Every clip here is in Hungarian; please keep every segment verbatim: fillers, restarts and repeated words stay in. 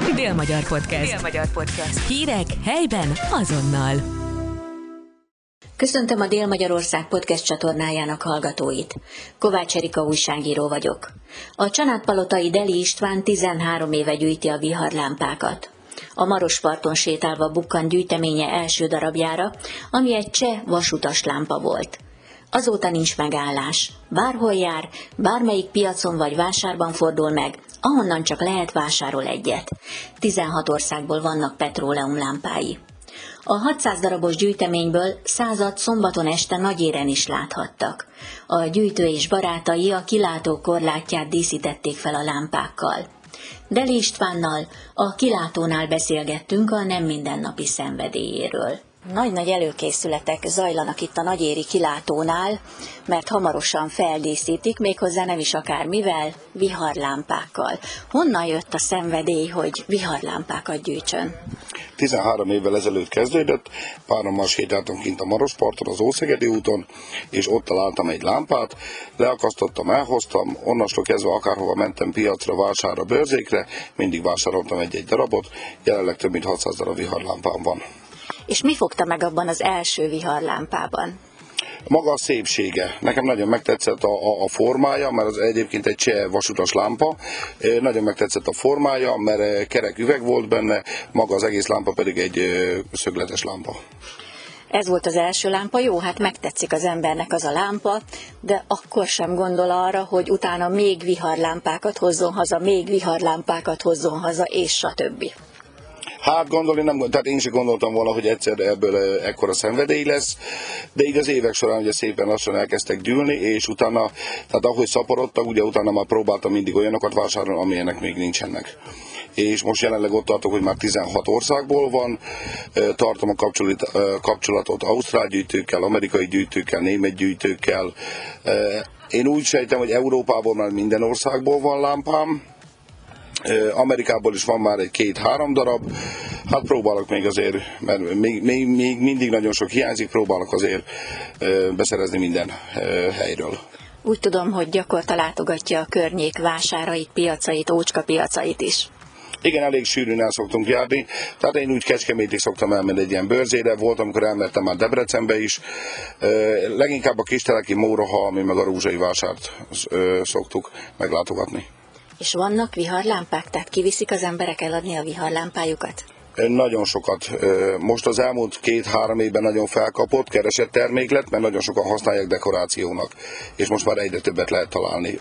Dél-Magyar Podcast. Dél-Magyar Podcast. Hírek helyben azonnal. Köszöntöm a Dél-Magyarország Podcast csatornájának hallgatóit. Kovács Erika újságíró vagyok. A csanádpalotai Deli István tizenhárom éve gyűjti a viharlámpákat. A Marosparton sétálva bukkant gyűjteménye első darabjára, ami egy cseh vasutas lámpa volt. Azóta nincs megállás. Bárhol jár, bármelyik piacon vagy vásárban fordul meg, ahonnan csak lehet vásárol egyet. tizenhat országból vannak petróleumlámpái. A hatszáz darabos gyűjteményből százat szombaton este Nagyéren is láthattak. A gyűjtő és barátai a kilátó korlátját díszítették fel a lámpákkal. Deli Istvánnal, a kilátónál beszélgettünk a nem mindennapi szenvedélyéről. Nagy-nagy előkészületek zajlanak itt a nagyéri kilátónál, mert hamarosan feldíszítik, méghozzá nem is akármivel, viharlámpákkal. Honnan jött a szenvedély, hogy viharlámpákat gyűjtsön? tizenhárom évvel ezelőtt kezdődött, párommal sétáltam kint a Marosparton, az Ószegedi úton, és ott találtam egy lámpát, leakasztottam, elhoztam, onnastól kezdve akárhova mentem piacra, vásárra, bőrzékre, mindig vásároltam egy-egy darabot, jelenleg több mint hatszáz darab viharlámpám van. És mi fogta meg abban az első viharlámpában? Maga a szépsége. Nekem nagyon megtetszett a, a, a formája, mert az egyébként egy cseh vasutas lámpa. Nagyon megtetszett a formája, mert kerek üveg volt benne, maga az egész lámpa pedig egy szögletes lámpa. Ez volt az első lámpa, jó, hát megtetszik az embernek az a lámpa, de akkor sem gondol arra, hogy utána még viharlámpákat hozzon haza, még viharlámpákat hozzon haza, és stb. Hát gondolni nem, tehát én sem gondoltam volna, hogy egyszer ebből ekkora szenvedély lesz, de így az évek során ugye szépen lassan elkezdtek gyűlni, és utána, tehát ahogy szaporodtak, ugye utána már próbáltam mindig olyanokat vásárolni, amilyenek még nincsenek. És most jelenleg ott tartok, hogy már tizenhat országból van, tartom a kapcsolatot ausztrál gyűjtőkkel, amerikai gyűjtőkkel, német gyűjtőkkel. Én úgy sejtem, hogy Európából már minden országból van lámpám, Amerikából is van már egy két-három darab, hát próbálok még azért, mert még, még, még mindig nagyon sok hiányzik, próbálok azért beszerezni minden helyről. Úgy tudom, hogy gyakorta látogatja a környék vásárait, piacait, ócska piacait is. Igen, elég sűrűn el szoktunk járni, tehát én úgy Kecskemétig szoktam elmenni egy ilyen bőrzére, volt, amikor elmertem már Debrecenbe is, leginkább a Kisteleki Móraha, ami meg a Rúzsai vásárt szoktuk meglátogatni. És vannak viharlámpák, tehát kiviszik az emberek eladni a viharlámpájukat? Nagyon sokat. Most az elmúlt két-három évben nagyon felkapott, keresett termék lett, mert nagyon sokan használják dekorációnak, és most már egyre többet lehet találni.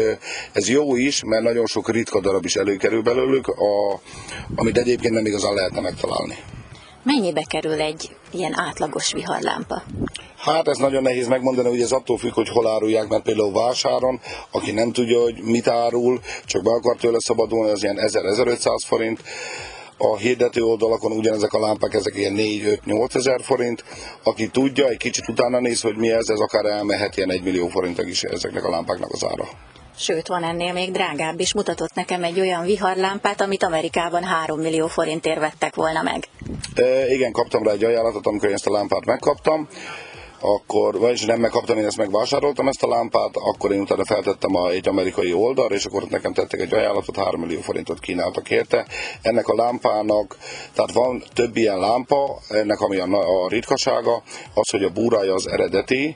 Ez jó is, mert nagyon sok ritka darab is előkerül belőlük, a, amit egyébként nem igazán lehetne megtalálni. Mennyibe kerül egy ilyen átlagos viharlámpa? Hát ez nagyon nehéz megmondani, hogy ez attól függ, hogy hol árulják, mert például vásáron, aki nem tudja, hogy mit árul, csak be akar tőle szabadulni, az ilyen ezer-ezerötszáz forint. A hirdető oldalakon ugyanezek a lámpák, ezek ilyen négy-öt-nyolc ezer forint. Aki tudja, egy kicsit utána néz, hogy mi ez, ez akár elmehet ilyen egy millió forintig is ezeknek a lámpáknak az ára. Sőt, van ennél még drágább is. Mutatott nekem egy olyan viharlámpát, amit Amerikában három millió forintért vettek volna meg. E, igen, kaptam rá egy ajánlatot, amikor én ezt a lámpát megkaptam. Akkor, vagyis nem megkaptam, én ezt megvásároltam ezt a lámpát, akkor én utána feltettem a, egy amerikai oldalra, és akkor ott nekem tettek egy ajánlatot, három millió forintot kínáltak érte. Ennek a lámpának, tehát van több ilyen lámpa, ennek ami a, a ritkasága, az, hogy a búrája az eredeti,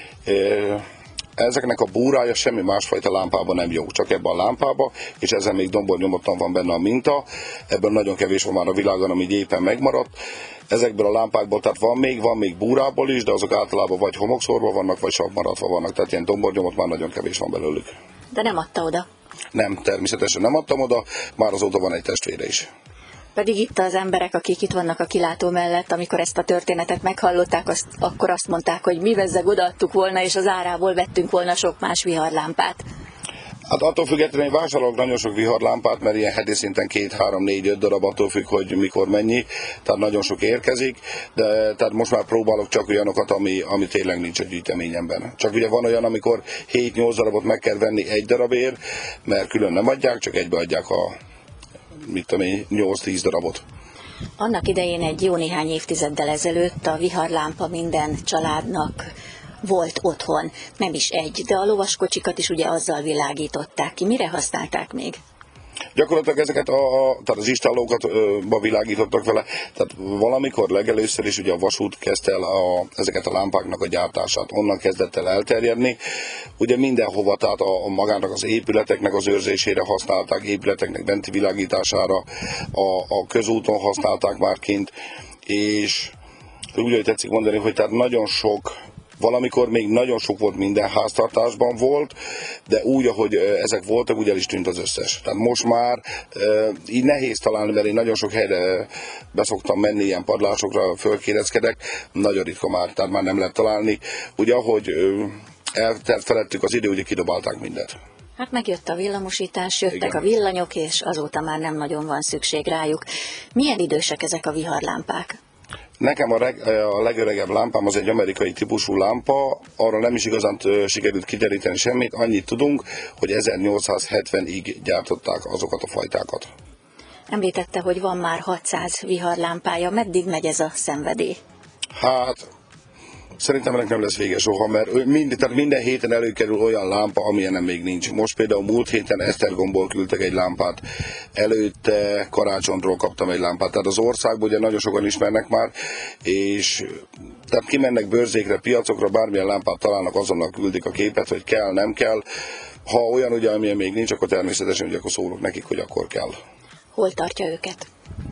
ezeknek a búrája semmi másfajta lámpában nem jó, csak ebben a lámpában, és ezen még dombornyomottan van benne a minta, ebből nagyon kevés van már a világon, ami éppen megmaradt. Ezekből a lámpákból, tehát van még, van még búrából is, de azok általában vagy homokszórva vannak, vagy savmaradva vannak, tehát ilyen dombornyomot már nagyon kevés van belőlük. De nem adta oda? Nem, természetesen nem adtam oda, már azóta van egy testvére is. Pedig itt az emberek, akik itt vannak a kilátó mellett, amikor ezt a történetet meghallották, azt, akkor azt mondták, hogy mi bezzeg odaadtuk volna, és az árából vettünk volna sok más viharlámpát. Hát attól függetlenül én vásárolok nagyon sok viharlámpát, mert ilyen heti szinten két-három-négy-öt darab, attól függ, hogy mikor mennyi, tehát nagyon sok érkezik, de tehát most már próbálok csak olyanokat, ami, ami tényleg nincs a gyűjteményemben. Csak ugye van olyan, amikor hét-nyolc darabot meg kell venni egy darabért, mert külön nem adják, csak egybe adják a mit tudom én, nyolc-tíz darabot. Annak idején egy jó néhány évtizeddel ezelőtt a viharlámpa minden családnak volt otthon, nem is egy, de a lovaskocsikat is ugye azzal világították ki. Mire használták még? Gyakorlatilag ezeket a, a tehát az istállókat ö, világítottak vele, tehát valamikor legelőször is ugye a vasút kezdte el a, ezeket a lámpáknak a gyártását, onnan kezdett el elterjedni. Ugye mindenhova, tehát a, a magának az épületeknek az őrzésére használták, épületeknek benti világítására, a, a közúton használták már kint, és úgy, hogy tetszik mondani, hogy tehát nagyon sok, valamikor még nagyon sok volt, minden háztartásban volt, de úgy, ahogy ezek voltak, úgy el is tűnt az összes. Tehát most már így nehéz találni, mert én nagyon sok helyre beszoktam menni, ilyen padlásokra fölkéreckedek, nagyon ritka már, tehát már nem lehet találni. Ugye ahogy eltelt felettük az idő, ugye kidobálták mindent. Hát megjött a villamosítás, jöttek Igen. a villanyok, és azóta már nem nagyon van szükség rájuk. Milyen idősek ezek a viharlámpák? Nekem a, reg, a legöregebb lámpám az egy amerikai típusú lámpa, arra nem is igazán sikerült kideríteni semmit, annyit tudunk, hogy ezernyolcszázhetvenig gyártották azokat a fajtákat. Említette, hogy van már hatszáz viharlámpája, meddig megy ez a szenvedély? Hát, szerintem ennek nem lesz vége soha, mert mind, tehát minden héten előkerül olyan lámpa, amilyenem még nincs. Most például múlt héten Esztergomból küldtek egy lámpát, előtte Karácsonyról kaptam egy lámpát. Tehát az országban ugye nagyon sokan ismernek már, és tehát kimennek bőrzékre, piacokra, bármilyen lámpát találnak, azonnal küldik a képet, hogy kell, nem kell. Ha olyan ugye, amilyen még nincs, akkor természetesen ugye akkor szólok nekik, hogy akkor kell. Hol tartja őket?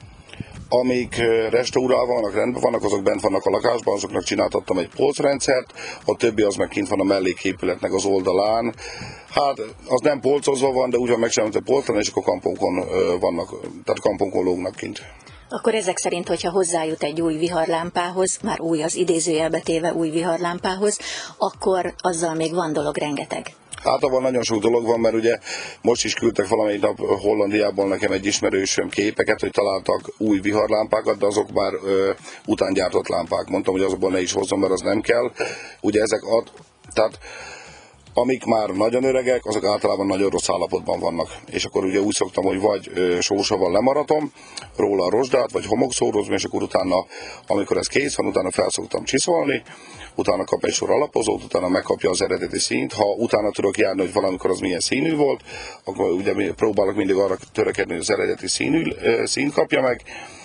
Amik restaurálva vannak, rendben vannak, azok bent vannak a lakásban, azoknak csináltattam egy polcrendszert, a többi az meg kint van a melléképületnek az oldalán. Hát az nem polcozva van, de úgy van megcsinálva, hogy polcon, és akkor kampónkon vannak, tehát kampónkon lógnak kint. Akkor ezek szerint, hogyha hozzájut egy új viharlámpához, már új az idézőjelbe téve új viharlámpához, akkor azzal még van dolog rengeteg. Hát abban nagyon sok dolog van, mert ugye most is küldtek valamelyik nap Hollandiából nekem egy ismerősöm képeket, hogy találtak új viharlámpákat, de azok már ö, utángyártott lámpák. Mondtam, hogy azokból ne is hozzon, mert az nem kell. Ugye ezek ad, tehát amik már nagyon öregek, azok általában nagyon rossz állapotban vannak. És akkor ugye úgy szoktam, hogy vagy ö, sósavval lemaratom róla a rozsdát, vagy homokszórozom, és akkor utána, amikor ez kész van, utána felszoktam csiszolni, utána kap egy sor alapozót, utána megkapja az eredeti színt. Ha utána tudok járni, hogy valamikor az milyen színű volt, akkor ugye próbálok mindig arra törekedni, hogy az eredeti színű, színt kapja meg,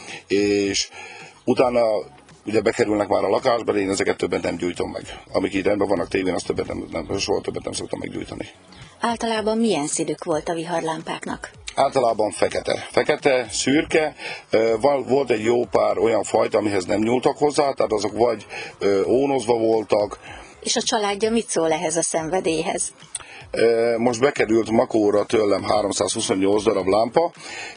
és utána ugye bekerülnek már a lakásba, de én ezeket többet nem gyújtom meg. Amik így rendben vannak tévén, azt többet nem, nem, soha többet nem szoktam meggyújtani. Általában milyen színük volt a viharlámpáknak? Általában fekete. Fekete, szürke, volt egy jó pár olyan fajta, amihez nem nyúltak hozzá, tehát azok vagy ónozva voltak. És a családja mit szól ehhez a szenvedélyhez? Most bekerült Makóra tőlem háromszázhuszonnyolc darab lámpa,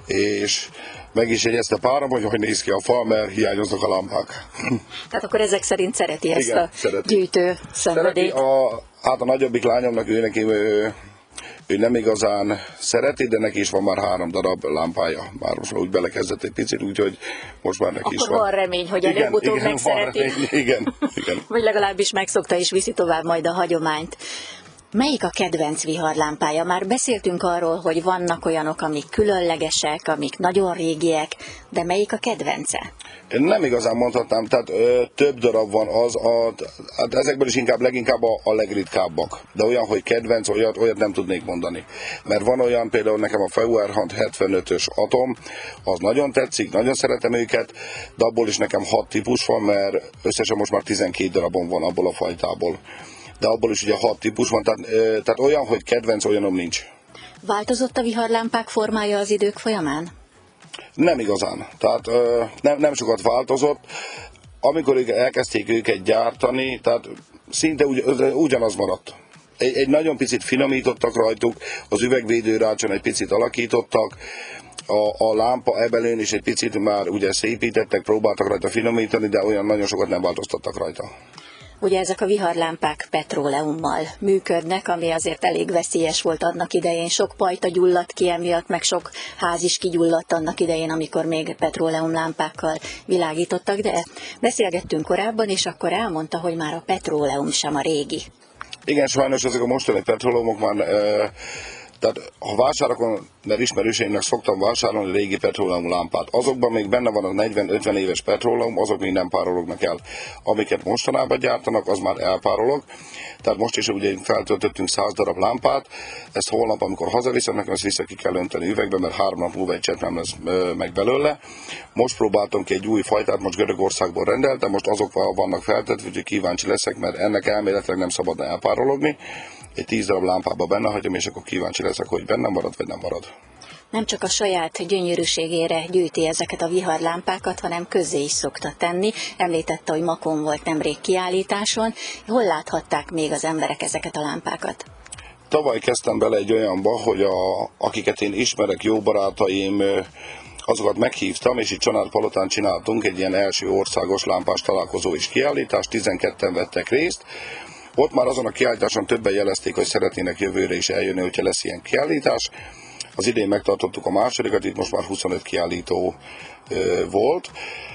és meg is jegyezte párom, hogy hogy néz ki a fal, mert hiányoznak a lámpák. Tehát akkor ezek szerint szereti ezt Igen, a szereti. gyűjtő szenvedélyt? Szereti a, hát a nagyobbik lányomnak ő neki, ő, ő nem igazán szereti, de neki is van már három darab lámpája. Már most úgy belekezdett egy picit, úgyhogy most már neki akkor is van. van remény, hogy előbb-utóbb igen, megszereti. Van remény, igen, igen. Vagy legalábbis megszokta és viszi tovább majd a hagyományt. Melyik a kedvenc viharlámpája? Már beszéltünk arról, hogy vannak olyanok, amik különlegesek, amik nagyon régiek, de melyik a kedvence? Nem igazán mondhatnám, tehát ö, több darab van az, a, hát ezekből is inkább leginkább a, a legritkábbak. De olyan, hogy kedvenc, olyat, olyat nem tudnék mondani. Mert van olyan, például nekem a Feuerhand hetvenötös Atom, az nagyon tetszik, nagyon szeretem őket, de abból is nekem hat típus van, mert összesen most már tizenkét darabon van abból a fajtából. De abból is ugye hat típus van, tehát, ö, tehát olyan, hogy kedvenc, olyanom nincs. Változott a viharlámpák formája az idők folyamán? Nem igazán. Tehát ö, nem, nem sokat változott. Amikor elkezdték őket gyártani, tehát szinte ugy, ugyanaz maradt. Egy, egy nagyon picit finomítottak rajtuk, az üvegvédőrácson egy picit alakítottak, a, a lámpa ebelőn is egy picit már ugye szépítettek, próbáltak rajta finomítani, de olyan nagyon sokat nem változtattak rajta. Ugye ezek a viharlámpák petróleummal működnek, ami azért elég veszélyes volt annak idején. Sok pajta gyulladt ki emiatt, meg sok ház is kigyulladt annak idején, amikor még petróleumlámpákkal világítottak, de beszélgettünk korábban, és akkor elmondta, hogy már a petróleum sem a régi. Igen, sajnos ezek a mostani petróleumok már... E, Tehát ha vásárokon, mert ismerőseimnek szoktam vásárolni régi petróleum lámpát, azokban még benne van a negyven-ötven éves petróleum, azok még nem párolognak el. Amiket mostanában gyártanak, az már elpárolog. Tehát most is ugye feltöltöttünk száz darab lámpát, ezt holnap, amikor hazaviszem, nekem ezt vissza ki kell önteni üvegbe, mert három nap múlva egy csepp nem lesz meg belőle. Most próbáltam ki egy új fajtát, most Görögországból rendeltem, most azok vannak feltetve, úgyhogy kíváncsi leszek, mert ennek elméletileg nem szabadna elpárologni. Egy tíz darab lámpába benne hagyom, és akkor kíváncsi leszek, hogy benne marad, vagy nem marad. Nem csak a saját gyönyörűségére gyűjti ezeket a viharlámpákat, hanem közzé is szokta tenni. Említette, hogy Makón volt nemrég kiállításon. Hol láthatták még az emberek ezeket a lámpákat? Tavaly kezdtem bele egy olyanba, hogy a, akiket én ismerek, jó barátaim, azokat meghívtam, és itt Csanádpalotán csináltunk egy ilyen első országos lámpás találkozó és kiállítást, tizenketten vettek részt. Ott már azon a kiállításon többen jelezték, hogy szeretnének jövőre is eljönni, hogyha lesz ilyen kiállítás. Az idén megtartottuk a másodikat, itt most már huszonöt kiállító ö, volt.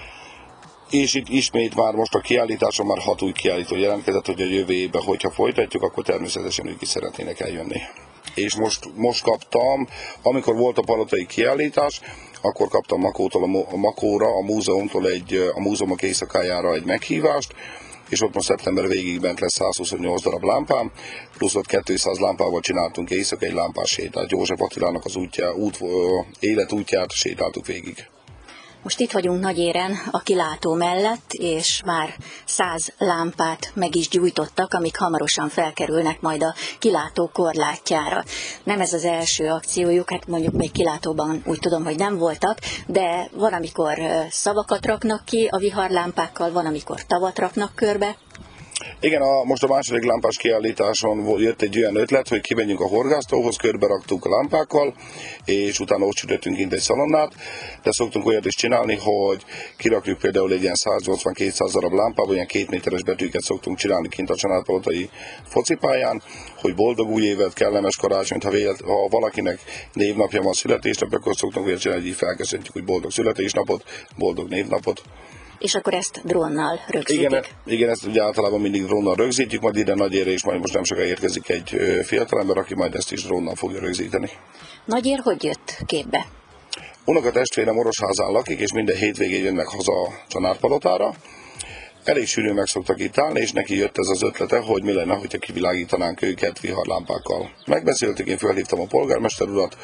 És itt ismét már most a kiállításon már hat új kiállító jelentkezett, hogy a jövő évben, hogyha folytatjuk, akkor természetesen ők is szeretnének eljönni. És most, most kaptam, amikor volt a palotai kiállítás, akkor kaptam Makótól, a Makóra, a múzeumtól egy, a múzeumok éjszakájára egy meghívást, és ott most szeptember végig bent lesz százhuszonnyolc darab lámpám, plusz ott kétszáz lámpával csináltunk éjszaka egy lámpás sétát. József Attilának az útjá, út, életútját sétáltuk végig. Most itt vagyunk Nagyéren a kilátó mellett, és már száz lámpát meg is gyújtottak, amik hamarosan felkerülnek majd a kilátó korlátjára. Nem ez az első akciójuk, hát mondjuk még kilátóban úgy tudom, hogy nem voltak, de van, amikor szavakat raknak ki a viharlámpákkal, van, amikor tavat raknak körbe. Igen, a, most a második lámpás kiállításon jött egy olyan ötlet, hogy kimegyünk a horgásztóhoz, körbe raktuk a lámpákkal, és utána ott sütöttünk kint egy szalonnát, de szoktunk olyat is csinálni, hogy kirakjuk például egy ilyen száznyolcvan-kétszáz darab lámpába, ilyen két méteres betűket szoktunk csinálni kint a Csanádpalotai focipályán, hogy boldog új évet, kellemes karácsonyt, ha, vélet, ha valakinek névnapja van, születésnapja, akkor szoktunk olyat csinálni, hogy így felköszöntjük, hogy boldog születésnapot, boldog névnapot. És akkor ezt drónnal rögzítik. Igen, igen, ezt ugye általában mindig drónnal rögzítjük, majd ide Nagyérre is, majd most nem sokáig érkezik egy fiatalember, aki majd ezt is drónnal fogja rögzíteni. Nagyér hogy jött képbe? Unokatestvérem Orosházán lakik, és minden hétvégén jönnek haza Csanádpalotára. Elég sűrűn meg szoktak itt állni, és neki jött ez az ötlete, hogy mi lenne, hogyha kivilágítanánk őket viharlámpákkal. Megbeszéltük, én felhívtam a polgármester urat,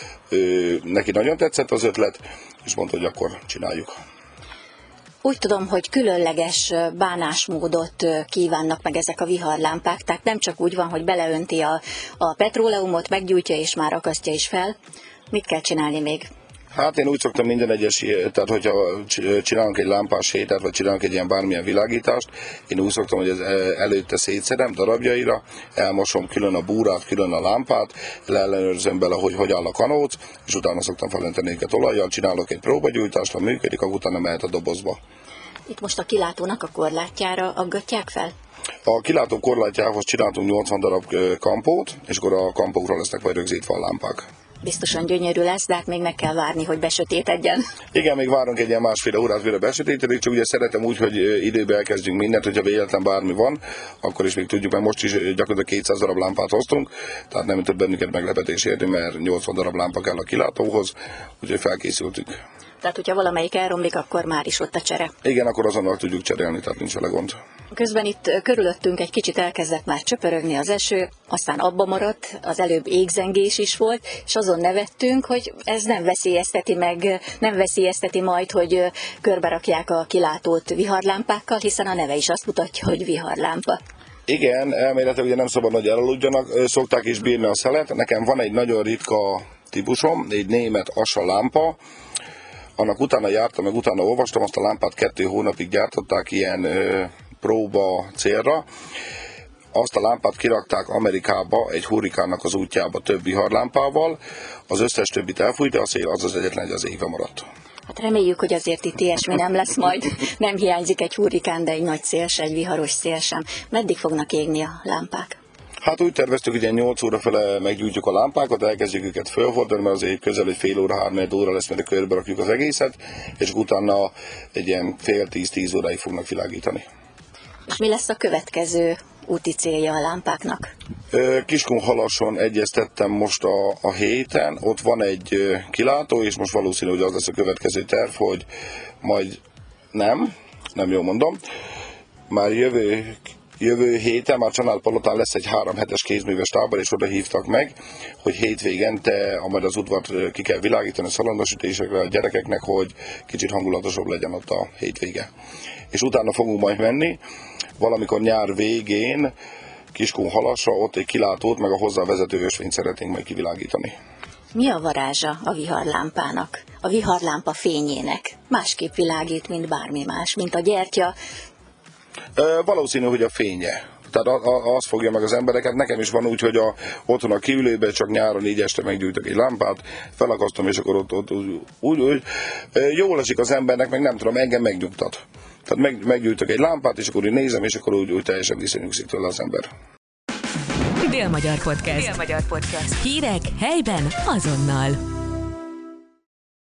ő, neki nagyon tetszett az ötlet, és mondta, hogy akkor csináljuk. Úgy tudom, hogy különleges bánásmódot kívánnak meg ezek a viharlámpák, tehát nem csak úgy van, hogy beleönti a, a petróleumot, meggyújtja és már akasztja is fel. Mit kell csinálni még? Hát én úgy szoktam minden egyes, tehát hogyha csinálunk egy lámpás hétát, vagy csinálunk egy ilyen bármilyen világítást, én úgy szoktam, hogy ez előtte szétszedem darabjaira, elmosom külön a búrát, külön a lámpát, leellenőrzöm bele, hogy hogy áll a kanóc, és utána szoktam felönteni őket olajjal, csinálok egy próbagyújtást, ha működik, akkor utána mehet a dobozba. Itt most a kilátónak a korlátjára aggatják fel? A kilátó korlátjához csináltunk nyolcvan darab kampót, és akkor a kampókra lesznek majd rögzítve a lámpák. Biztosan gyönyörű lesz, de hát még meg kell várni, hogy besötétedjen. Igen, még várunk egy ilyen másfél órát, mire besötétedik, csak ugye szeretem úgy, hogy időben elkezdjünk mindent, hogyha véletlen bármi van, akkor is még tudjuk, mert most is gyakorlatilag kétszáz darab lámpát hoztunk, tehát nem tud bennünket meglepetés érni, mert nyolcvan darab lámpa kell a kilátóhoz, úgyhogy felkészültünk. Tehát, hogyha valamelyik elromlik, akkor már is ott a csere. Igen, akkor azonnal tudjuk cserélni, tehát nincs vele gond. Közben itt körülöttünk egy kicsit elkezdett már csöpörögni az eső, aztán abba maradt, az előbb égzengés is volt, és azon nevettünk, hogy ez nem veszélyezteti meg, nem veszélyezteti majd, hogy körberakják a kilátót viharlámpákkal, hiszen a neve is azt mutatja, hogy viharlámpa. Igen, elméletileg ugye nem szabad, hogy elaludjanak, szokták is bírni a szelet. Nekem van egy nagyon ritka típusom, egy német asa lámpa, annak utána jártam, meg utána olvastam, azt a lámpát kettő hónapig gyártották ilyen ö, próba célra. Azt a lámpát kirakták Amerikába, egy hurrikánnak az útjába több viharlámpával, az összes többit elfújta a szél, az az egyetlen, hogy az égve maradt. Hát reméljük, hogy azért itt ilyesmi nem lesz majd. Nem hiányzik egy hurrikán, de egy nagy szél se, egy viharos szél sem. Meddig fognak égni a lámpák? Hát úgy terveztük, hogy ilyen nyolc óra fele meggyújtjuk a lámpákat, elkezdjük őket fölhordani, mert azért közel egy fél óra, három óra lesz, mert körbe rakjuk az egészet, és utána egy ilyen fél tíz-tíz óráig fognak világítani. És mi lesz a következő úti célja a lámpáknak? Kiskunhalason egyeztettem most a, a héten, ott van egy kilátó, és most valószínű, hogy az lesz a következő terv, hogy majd nem, nem jól mondom, már jövő, jövő héten, már Csanádpalotán lesz egy három hetes kézműves tábor, és oda hívtak meg, hogy hétvégente, amely az udvart ki kell világítani szalandosütésekre a gyerekeknek, hogy kicsit hangulatosabb legyen ott a hétvége. És utána fogunk majd menni, valamikor nyár végén, Kiskunhalasra, ott egy kilátót, meg a hozzá vezető ösvényt szeretnénk majd kivilágítani. Mi a varázsa a viharlámpának, a viharlámpa fényének? Másképp világít, mint bármi más, mint a gyertya. Valószínű, hogy a fénye. Tehát az fogja meg az embereket. Nekem is van úgy, hogy a, otthon a kiülőben csak nyáron így este meggyújtok egy lámpát, felakasztom, és akkor ott, ott úgy, úgy jól esik az embernek, meg nem tudom, engem megnyugtat. Tehát meg, meggyújtok egy lámpát, és akkor úgy nézem, és akkor úgy, úgy teljesen visszanyugszik tőle az ember. Dél-Magyar Podcast. Dél-Magyar Podcast. Hírek helyben azonnal.